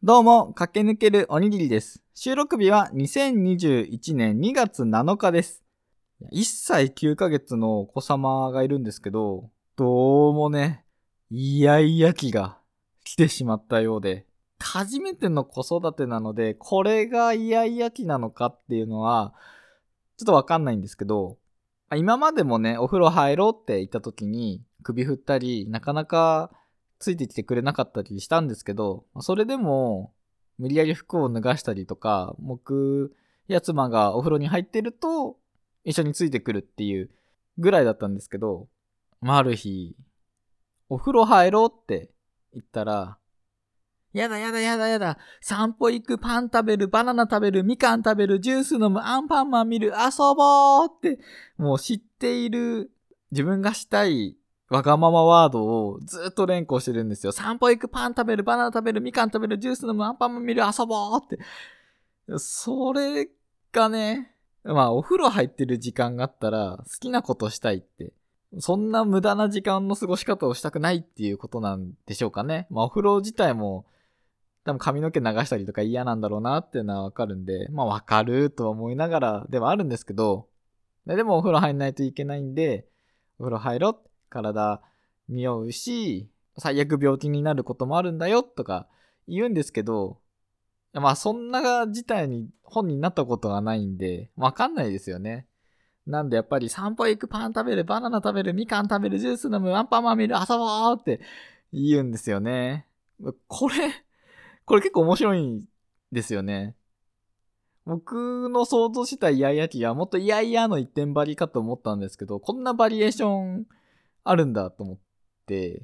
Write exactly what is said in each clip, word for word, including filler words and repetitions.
どうも、駆け抜けるおにぎりです。収録日はにせんにじゅういちねんにがつなのかです。いっさいきゅうかげつのお子様がいるんですけど、どうもね、イヤイヤ期が来てしまったようで、初めての子育てなので、これがイヤイヤ期なのかっていうのは、ちょっとわかんないんですけど、今までもね、お風呂入ろうって言った時に、首振ったり、なかなかついてきてくれなかったりしたんですけど、それでも、無理やり服を脱がしたりとか、僕や妻がお風呂に入ってると、一緒についてくるっていうぐらいだったんですけど、まあ、ある日、お風呂入ろうって言ったら、やだやだやだやだ、散歩行く、パン食べる、バナナ食べる、みかん食べる、ジュース飲む、アンパンマン見る、遊ぼうって、もう知っている、自分がしたいわがままワードをずっと連呼してるんですよ。散歩行く、パン食べる、バナナ食べる、みかん食べる、ジュース飲む、アンパンマン見る、遊ぼうって。それがね、まあお風呂入ってる時間があったら好きなことしたいって。そんな無駄な時間の過ごし方をしたくないっていうことなんでしょうかね。まあお風呂自体も多分髪の毛流したりとか嫌なんだろうなっていうのはわかるんで、まあわかると思いながらではあるんですけど、でもお風呂入んないといけないんで、お風呂入ろう、体匂うし、最悪病気になることもあるんだよとか言うんですけど、まあそんな事態に本になったことがないんで、わかんないですよね。なんでやっぱり散歩行く、パン食べる、バナナ食べる、みかん食べる、ジュース飲む、アンパンマン見る、遊ぼうって言うんですよね。これ、これ結構面白いんですよね。僕の想像したイヤイヤ期はもっとイヤイヤの一点張りかと思ったんですけど、こんなバリエーションあるんだと思って、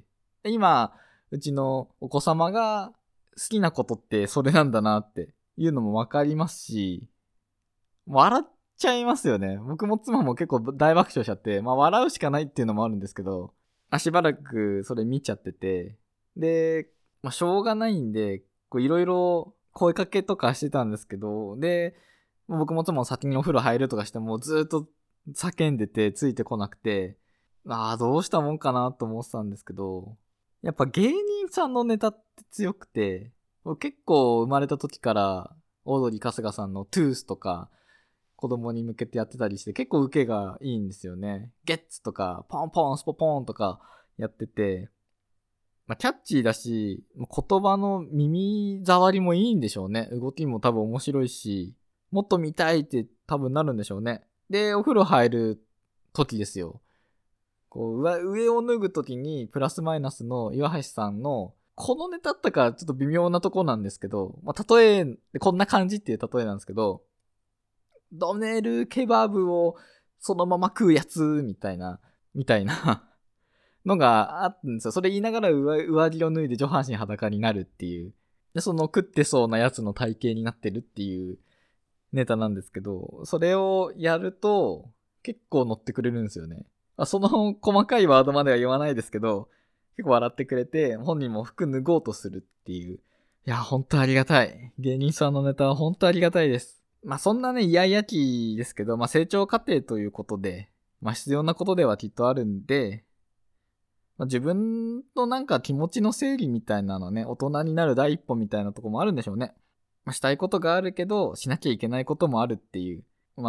今、うちのお子様が好きなことってそれなんだなっていうのもわかりますし、笑っちゃいますよね。僕も妻も結構大爆笑しちゃって、まあ笑うしかないっていうのもあるんですけど、あしばらくそれ見ちゃってて、で、まあしょうがないんで、こういろいろ声かけとかしてたんですけど、で、僕も妻も先にお風呂入るとかしてもずっと叫んでてついてこなくて、ああ、どうしたもんかなと思ってたんですけど、やっぱ芸人さんのネタって強くて、結構生まれた時からオードリー春日さんのトゥースとか子供に向けてやってたりして結構受けがいいんですよね。ゲッツとかポンポンスポポンとかやってて、まあ、キャッチーだし、言葉の耳障りもいいんでしょうね。動きも多分面白いし、もっと見たいって多分なるんでしょうね。で、お風呂入る時ですよ。こう上、上を脱ぐ時にプラスマイナスの岩橋さんの、このネタったかちょっと微妙なとこなんですけど、まあ、例え、こんな感じっていう例えなんですけど、ドネルケバブをそのまま食うやつ、みたいな、みたいなのがあったんですよ。それ言いながら上上着を脱いで上半身裸になるっていう。で、その食ってそうなやつの体型になってるっていうネタなんですけど、それをやると結構乗ってくれるんですよね。その細かいワードまでは言わないですけど、結構笑ってくれて、本人も服脱ごうとするっていう。いや、ほんとありがたい。芸人さんのネタはほんとありがたいです。まあそんなね、イヤイヤ期ですけど、まあ成長過程ということで、まあ必要なことではきっとあるんで、まあ、自分のなんか気持ちの整理みたいなのね、大人になる第一歩みたいなとこもあるんでしょうね。まあ、したいことがあるけど、しなきゃいけないこともあるっていう。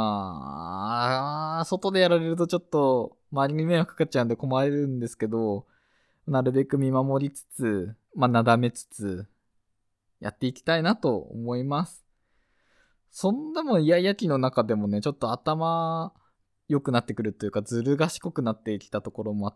まあ、外でやられるとちょっと周りに迷惑かかっちゃうんで困るんですけど、なるべく見守りつつ、まあ、なだめつつ、やっていきたいなと思います。そんなもんイヤイヤ期の中でもね、ちょっと頭良くなってくるというか、ずる賢くなってきたところもあって、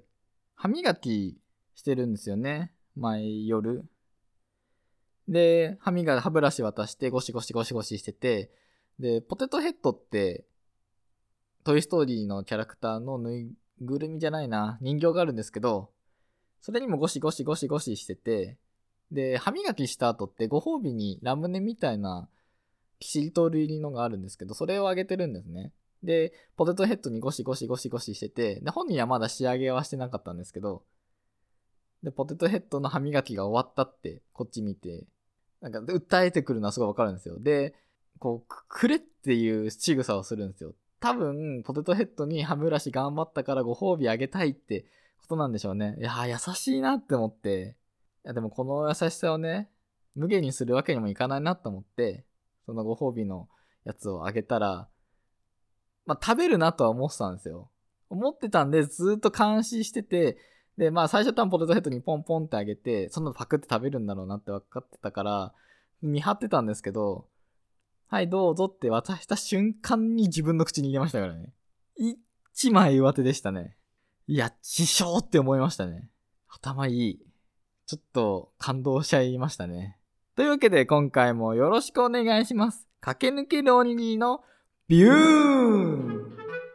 歯磨きしてるんですよね。毎夜。で、歯磨き、歯ブラシ渡してゴシゴシゴシゴシしてて、で、ポテトヘッドって、トイストーリーのキャラクターのぬいぐるみじゃないな、人形があるんですけど、それにもゴシゴシゴシゴシしてて、で、歯磨きした後ってご褒美にラムネみたいなキシリトール入りのがあるんですけど、それをあげてるんですね。で、ポテトヘッドにゴシゴシゴシゴシしてて、で、本人はまだ仕上げはしてなかったんですけど、で、ポテトヘッドの歯磨きが終わったって、こっち見て、なんか、訴えてくるのはすごいわかるんですよ。で、こう、くれっていう仕草をするんですよ。多分、ポテトヘッドに歯ブラシ頑張ったからご褒美あげたいってことなんでしょうね。いやー、優しいなって思って。いや、でもこの優しさをね、 無限にするわけにもいかないなと思って、そのご褒美のやつをあげたら、まあ食べるなとは思ってたんですよ。思ってたんでずっと監視してて、で、まあ最初多分ポテトヘッドにポンポンってあげて、そのパクって食べるんだろうなって分かってたから、見張ってたんですけど、はいどうぞって渡した瞬間に自分の口に入れましたからね。一枚上手でしたね。いや、自称って思いましたね。頭いい。ちょっと感動しちゃいましたね。というわけで今回もよろしくお願いします。駆け抜けるおにぎりのビューン。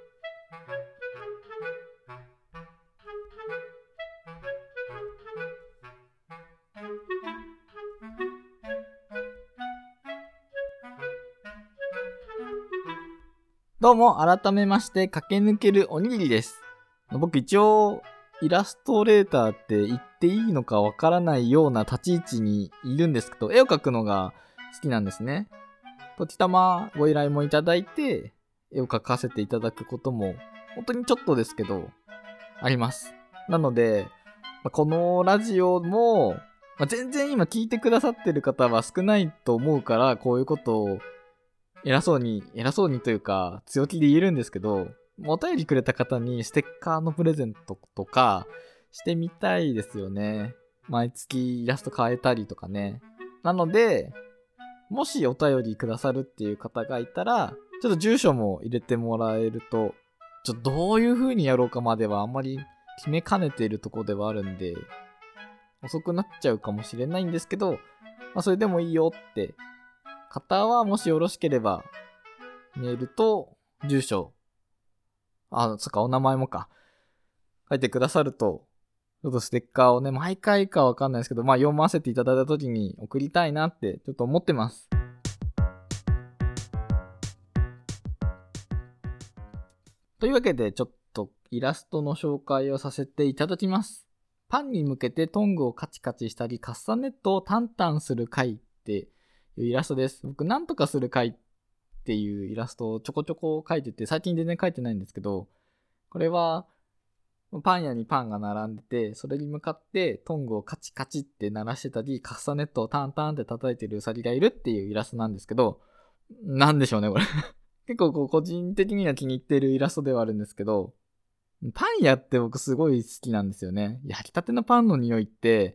どうも改めまして駆け抜けるおにぎりです。僕一応イラストレーターって言っていいのかわからないような立ち位置にいるんですけど、絵を描くのが好きなんですね。時たまご依頼もいただいて絵を描かせていただくことも本当にちょっとですけどあります。なのでこのラジオも全然今聞いてくださってる方は少ないと思うから、こういうことを偉そうに偉そうにというか強気で言えるんですけど、お便りくれた方にステッカーのプレゼントとかしてみたいですよね。毎月イラスト変えたりとかね。なのでもしお便りくださるっていう方がいたら、ちょっと住所も入れてもらえると、ちょっとどういう風にやろうかまではあんまり決めかねているところではあるんで遅くなっちゃうかもしれないんですけど、まあそれでもいいよって方はもしよろしければメールと住所、あ、そっかお名前もか書いてくださると、ちょっとステッカーをね毎回かわかんないですけど、まあ読ませていただいた時に送りたいなってちょっと思ってます。というわけでちょっとイラストの紹介をさせていただきます。パンに向けてトングをカチカチしたりカスタネットをタンタンする回っていうイラストです。僕なんとかする回っていうイラストをちょこちょこ描いてて、最近全然描いてないんですけど、これはパン屋にパンが並んでて、それに向かってトングをカチカチって鳴らしてたりカスタネットをタンタンって叩いてるウサギがいるっていうイラストなんですけど、なんでしょうねこれ結構こう個人的には気に入ってるイラストではあるんですけど、パン屋って僕すごい好きなんですよね。焼きたてのパンの匂いって、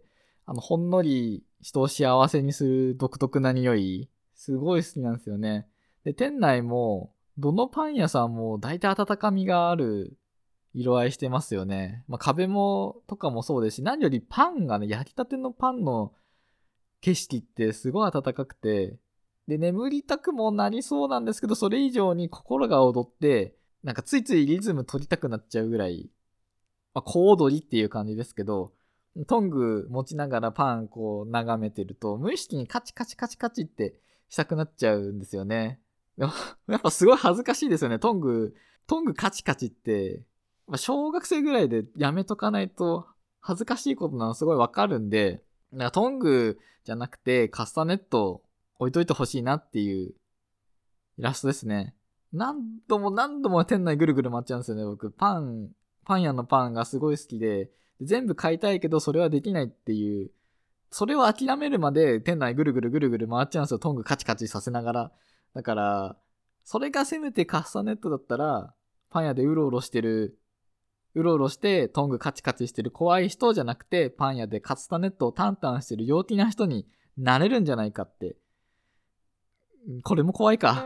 あの、ほんのり人を幸せにする独特な匂い、すごい好きなんですよね。で、店内も、どのパン屋さんも大体温かみがある色合いしてますよね。まあ、壁も、とかもそうですし、何よりパンがね、焼きたてのパンの景色ってすごい暖かくて、で、眠りたくもなりそうなんですけど、それ以上に心が躍って、なんかついついリズム取りたくなっちゃうぐらい、まあ、小躍りっていう感じですけど、トング持ちながらパンこう眺めてると、無意識にカチカチカチカチってしたくなっちゃうんですよね。やっぱすごい恥ずかしいですよね。トング、トングカチカチって、小学生ぐらいでやめとかないと恥ずかしいことなのすごいわかるんで、なんかトングじゃなくてカスタネット置いといてほしいなっていうイラストですね。何度も何度も店内ぐるぐる回っちゃうんですよね、僕。パン、パン屋のパンがすごい好きで、全部買いたいけどそれはできないっていう、それを諦めるまで店内ぐるぐるぐるぐる回っちゃうんですよ、トングカチカチさせながら。だから、それがせめてカスタネットだったら、パン屋でうろうろしてる、うろうろしてトングカチカチしてる怖い人じゃなくて、パン屋でカスタネットをタンタンしてる陽気な人になれるんじゃないかって。これも怖いか。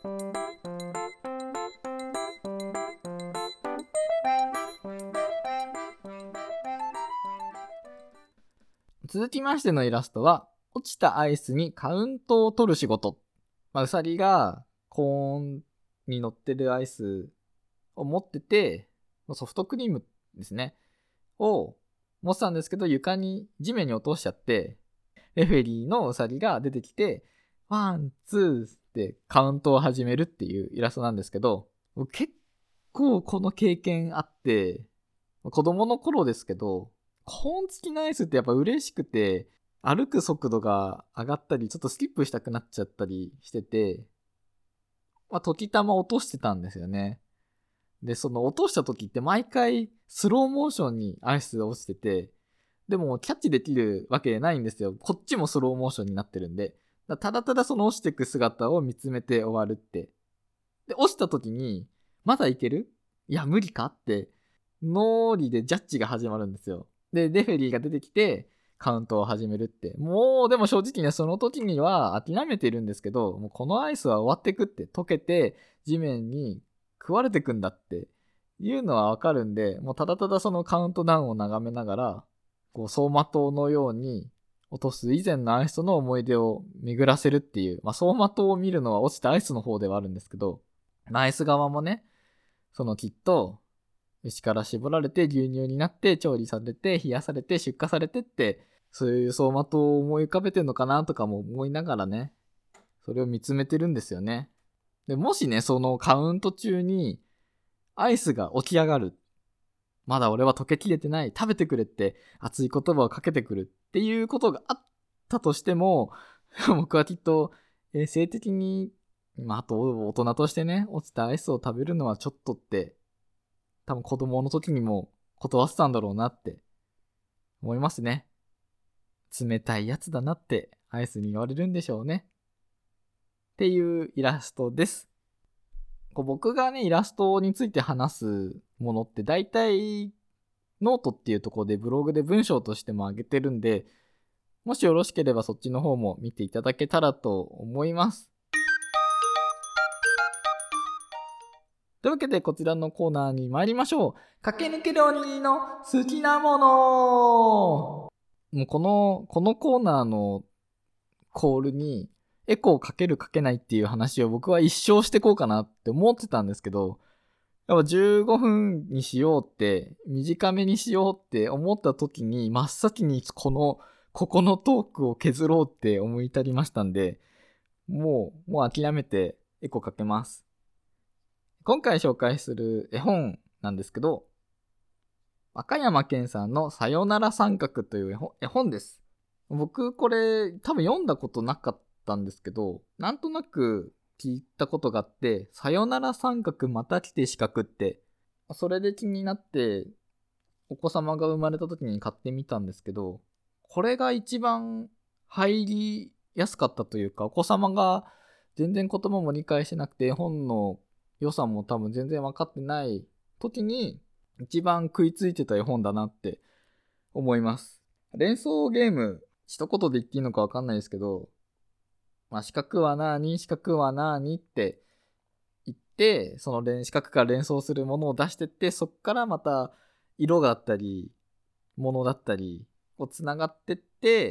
続きましてのイラストは、落ちたアイスにカウントを取る仕事。まあ、うさぎがコーンに乗ってるアイスを持ってて、ソフトクリームですね。を持ってたんですけど、床に地面に落としちゃって、レフェリーのうさぎが出てきて、ワン、ツーってカウントを始めるっていうイラストなんですけど、結構この経験あって、子供の頃ですけど、コーン付きのアイスってやっぱ嬉しくて、歩く速度が上がったり、ちょっとスキップしたくなっちゃったりしてて、まあ、時たま落としてたんですよね。で、その落とした時って毎回スローモーションにアイスが落ちてて、 でもキャッチできるわけないんですよ。こっちもスローモーションになってるんで。だただただその落ちてく姿を見つめて終わるって。で、落ちた時に、まだいける？いや、無理かって、脳裏でジャッジが始まるんですよ。で、レフェリーが出てきて、カウントを始めるって。もう、でも正直ね、その時には諦めてるんですけど、もうこのアイスは終わってくって、溶けて地面に食われてくんだっていうのはわかるんで、もうただただそのカウントダウンを眺めながら、こう走馬灯のように落とす以前のアイスとの思い出を巡らせるっていう、まあ走馬灯を見るのは落ちたアイスの方ではあるんですけど、アイス側もね、そのきっと、牛から絞られて牛乳になって調理されて冷やされて出荷されてって、そういう走馬灯を思い浮かべてんのかなとかも思いながらね、それを見つめてるんですよね。で、もしね、そのカウント中にアイスが起き上がる。まだ俺は溶けきれてない。食べてくれって熱い言葉をかけてくるっていうことがあったとしても、僕はきっと衛生的に、まあ、あと大人としてね、落ちたアイスを食べるのはちょっとって、多分子供の時にも断ってたんだろうなって思いますね。冷たいやつだなってアイスに言われるんでしょうね。っていうイラストです。こう僕がね、イラストについて話すものって大体ノートっていうところでブログで文章としても上げてるんで、もしよろしければそっちの方も見ていただけたらと思います。というわけでこちらのコーナーに参りましょう。駆け抜けるおにぎりの好きなもの。もうこの、このコーナーのコールにエコーかけるかけないっていう話を僕は一生してこうかなって思ってたんですけど、やっぱじゅうごふんにしようって、短めにしようって思った時に真っ先にこの、ここのトークを削ろうって思い至りましたんで、もう、もう諦めてエコーかけます。今回紹介する絵本なんですけど、赤山健さんのさよなら三角という絵本、絵本です。僕これ多分読んだことなかったんですけど、なんとなく聞いたことがあって、さよなら三角また来て四角って、それで気になってお子様が生まれた時に買ってみたんですけど、これが一番入りやすかったというか、お子様が全然言葉も理解してなくて絵本の良さも多分全然分かってない時に一番食いついてた絵本だなって思います。連想ゲーム、一言で言っていいのか分かんないですけど、まあ、四角はなーに、四角はなーにって言って、その四角から連想するものを出してって、そっからまた色があったり、ものだったり、こう繋がってって、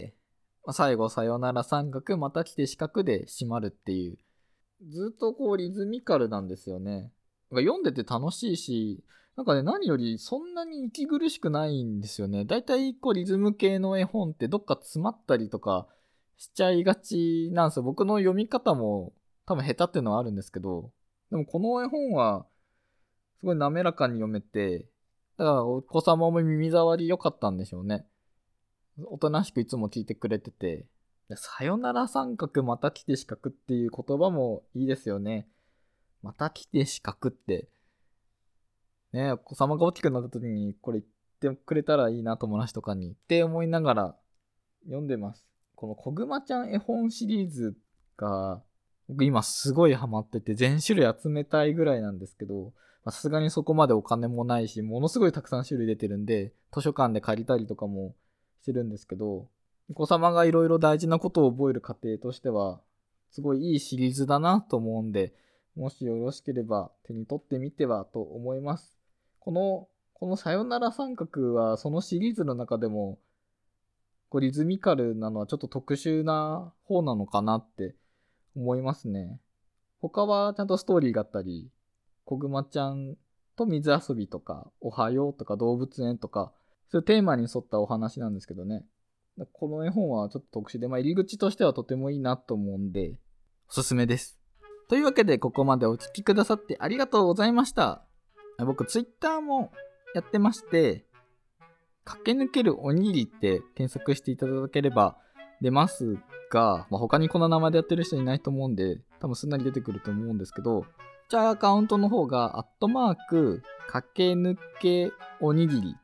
まあ、最後さよなら三角、また来て四角で締まるっていう、ずっとこうリズミカルなんですよね。読んでて楽しいし、なんかね、何よりそんなに息苦しくないんですよね。だいたいこうリズム系の絵本ってどっか詰まったりとかしちゃいがちなんですよ。僕の読み方も多分下手っていうのはあるんですけど、でもこの絵本はすごい滑らかに読めて、だからお子様も耳障り良かったんでしょうね。おとなしくいつも聞いてくれてて、さよなら三角また来て四角っていう言葉もいいですよね。また来て四角って。ね、お子様が大きくなった時にこれ言ってくれたらいいな、友達とかにって思いながら読んでます。このこぐまちゃん絵本シリーズが僕今すごいハマってて全種類集めたいぐらいなんですけど、さすがにそこまでお金もないし、ものすごいたくさん種類出てるんで図書館で借りたりとかもしてるんですけど、お子様がいろいろ大事なことを覚える過程としてはすごいいいシリーズだなと思うんで、もしよろしければ手に取ってみてはと思います。このこのさよなら三角はそのシリーズの中でもこうリズミカルなのはちょっと特殊な方なのかなって思いますね。他はちゃんとストーリーがあったり、こぐまちゃんと水遊びとか、おはようとか動物園とか、そういうテーマに沿ったお話なんですけどね。この絵本はちょっと特殊で、まあ入り口としてはとてもいいなと思うんで、おすすめです。というわけでここまでお聞きくださってありがとうございました。僕ツイッターもやってまして、駆け抜けるおにぎりって検索していただければ出ますが、まあ、他にこの名前でやってる人いないと思うんで、多分すんなり出てくると思うんですけど、じゃあアカウントの方が、アットマーク、駆け抜けおにぎりっ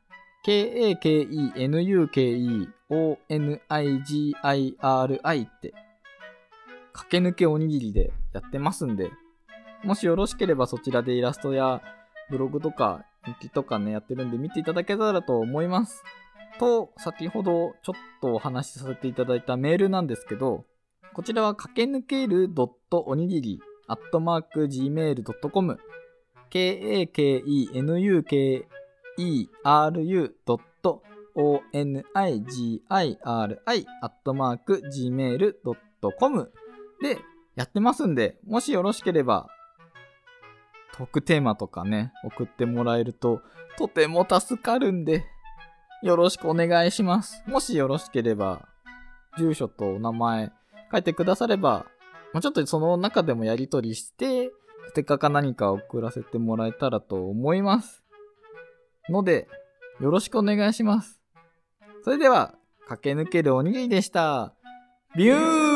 ケーエーケーイーエヌユーケーイーオーエヌアイジーアイアールアイ って駆け抜けおにぎりでやってますんで、もしよろしければそちらでイラストやブログとか日記とかねやってるんで見ていただけたらと思います。と、先ほどちょっとお話しさせていただいたメールなんですけど、こちらは駆け抜けるおにぎりアットマーク ジーメールドットコム ケーエーケーイーエヌユーケーイーアールユードットオーエヌアイジーアイアールアイ アットマーク ジーメールドットコム でやってますんで、もしよろしければトークテーマとかね送ってもらえるととても助かるんで、よろしくお願いします。もしよろしければ住所とお名前書いてくだされば、ちょっとその中でもやり取りしてステッカーか何か送らせてもらえたらと思いますので、よろしくお願いします。それでは駆け抜けるおにぎりでした。ビューン。